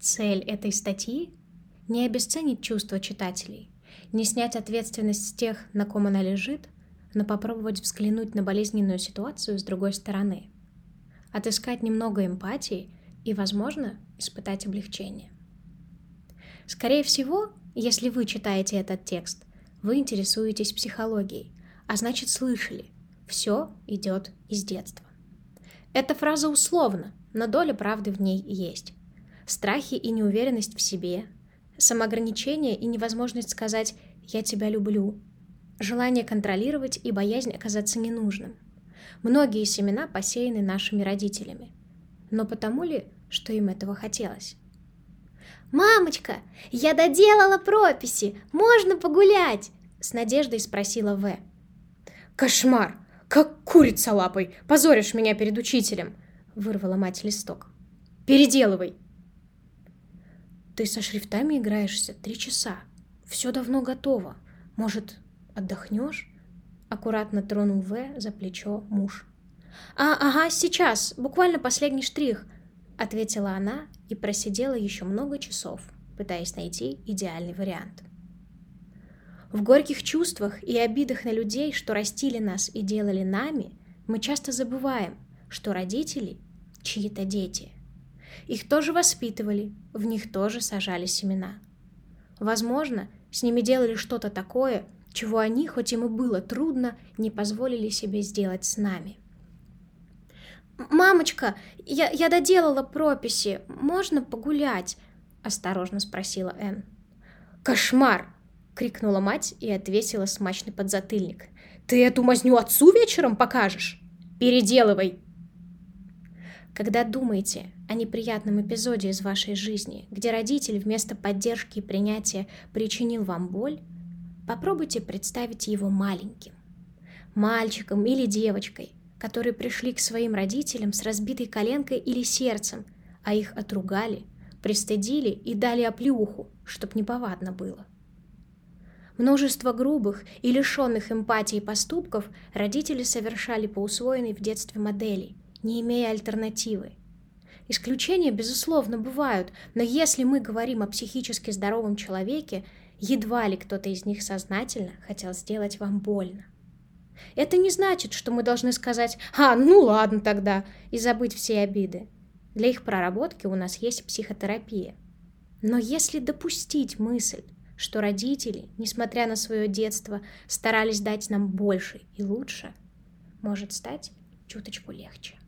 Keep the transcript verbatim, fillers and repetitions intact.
Цель этой статьи — не обесценить чувства читателей, не снять ответственность с тех, на ком она лежит, но попробовать взглянуть на болезненную ситуацию с другой стороны, отыскать немного эмпатии и, возможно, испытать облегчение. Скорее всего, если вы читаете этот текст, вы интересуетесь психологией, а значит слышали: «Все идет из детства». Эта фраза условна, но доля правды в ней есть. Страхи и неуверенность в себе, самоограничение и невозможность сказать «я тебя люблю», желание контролировать и боязнь оказаться ненужным. Многие семена посеяны нашими родителями. Но потому ли, что им этого хотелось? «Мамочка, я доделала прописи, можно погулять?» — с надеждой спросила В. «Кошмар! Как курица лапой! Позоришь меня перед учителем!» — вырвала мать листок. «Переделывай!» «Ты со шрифтами играешься три часа. Все давно готово. Может, отдохнешь?» — аккуратно тронул В за плечо муж. «А, ага, сейчас, буквально последний штрих», — ответила она и просидела еще много часов, пытаясь найти идеальный вариант. В горьких чувствах и обидах на людей, что растили нас и делали нами, мы часто забываем, что родители — чьи-то дети. Их тоже воспитывали, в них тоже сажали семена. Возможно, с ними делали что-то такое, чего они, хоть им и было трудно, не позволили себе сделать с нами. «Мамочка, я, я доделала прописи, можно погулять?» — осторожно спросила Энн. «Кошмар!» — крикнула мать и отвесила смачный подзатыльник. «Ты эту мазню отцу вечером покажешь? Переделывай!» Когда думаете о неприятном эпизоде из вашей жизни, где родитель вместо поддержки и принятия причинил вам боль, попробуйте представить его маленьким. Мальчиком или девочкой, которые пришли к своим родителям с разбитой коленкой или сердцем, а их отругали, пристыдили и дали оплеуху, чтоб неповадно было. Множество грубых и лишенных эмпатии поступков родители совершали по усвоенной в детстве модели, не имея альтернативы. Исключения, безусловно, бывают, но если мы говорим о психически здоровом человеке, едва ли кто-то из них сознательно хотел сделать вам больно. Это не значит, что мы должны сказать «А, ну ладно тогда» и забыть все обиды. Для их проработки у нас есть психотерапия. Но если допустить мысль, что родители, несмотря на свое детство, старались дать нам больше и лучше, может стать чуточку легче.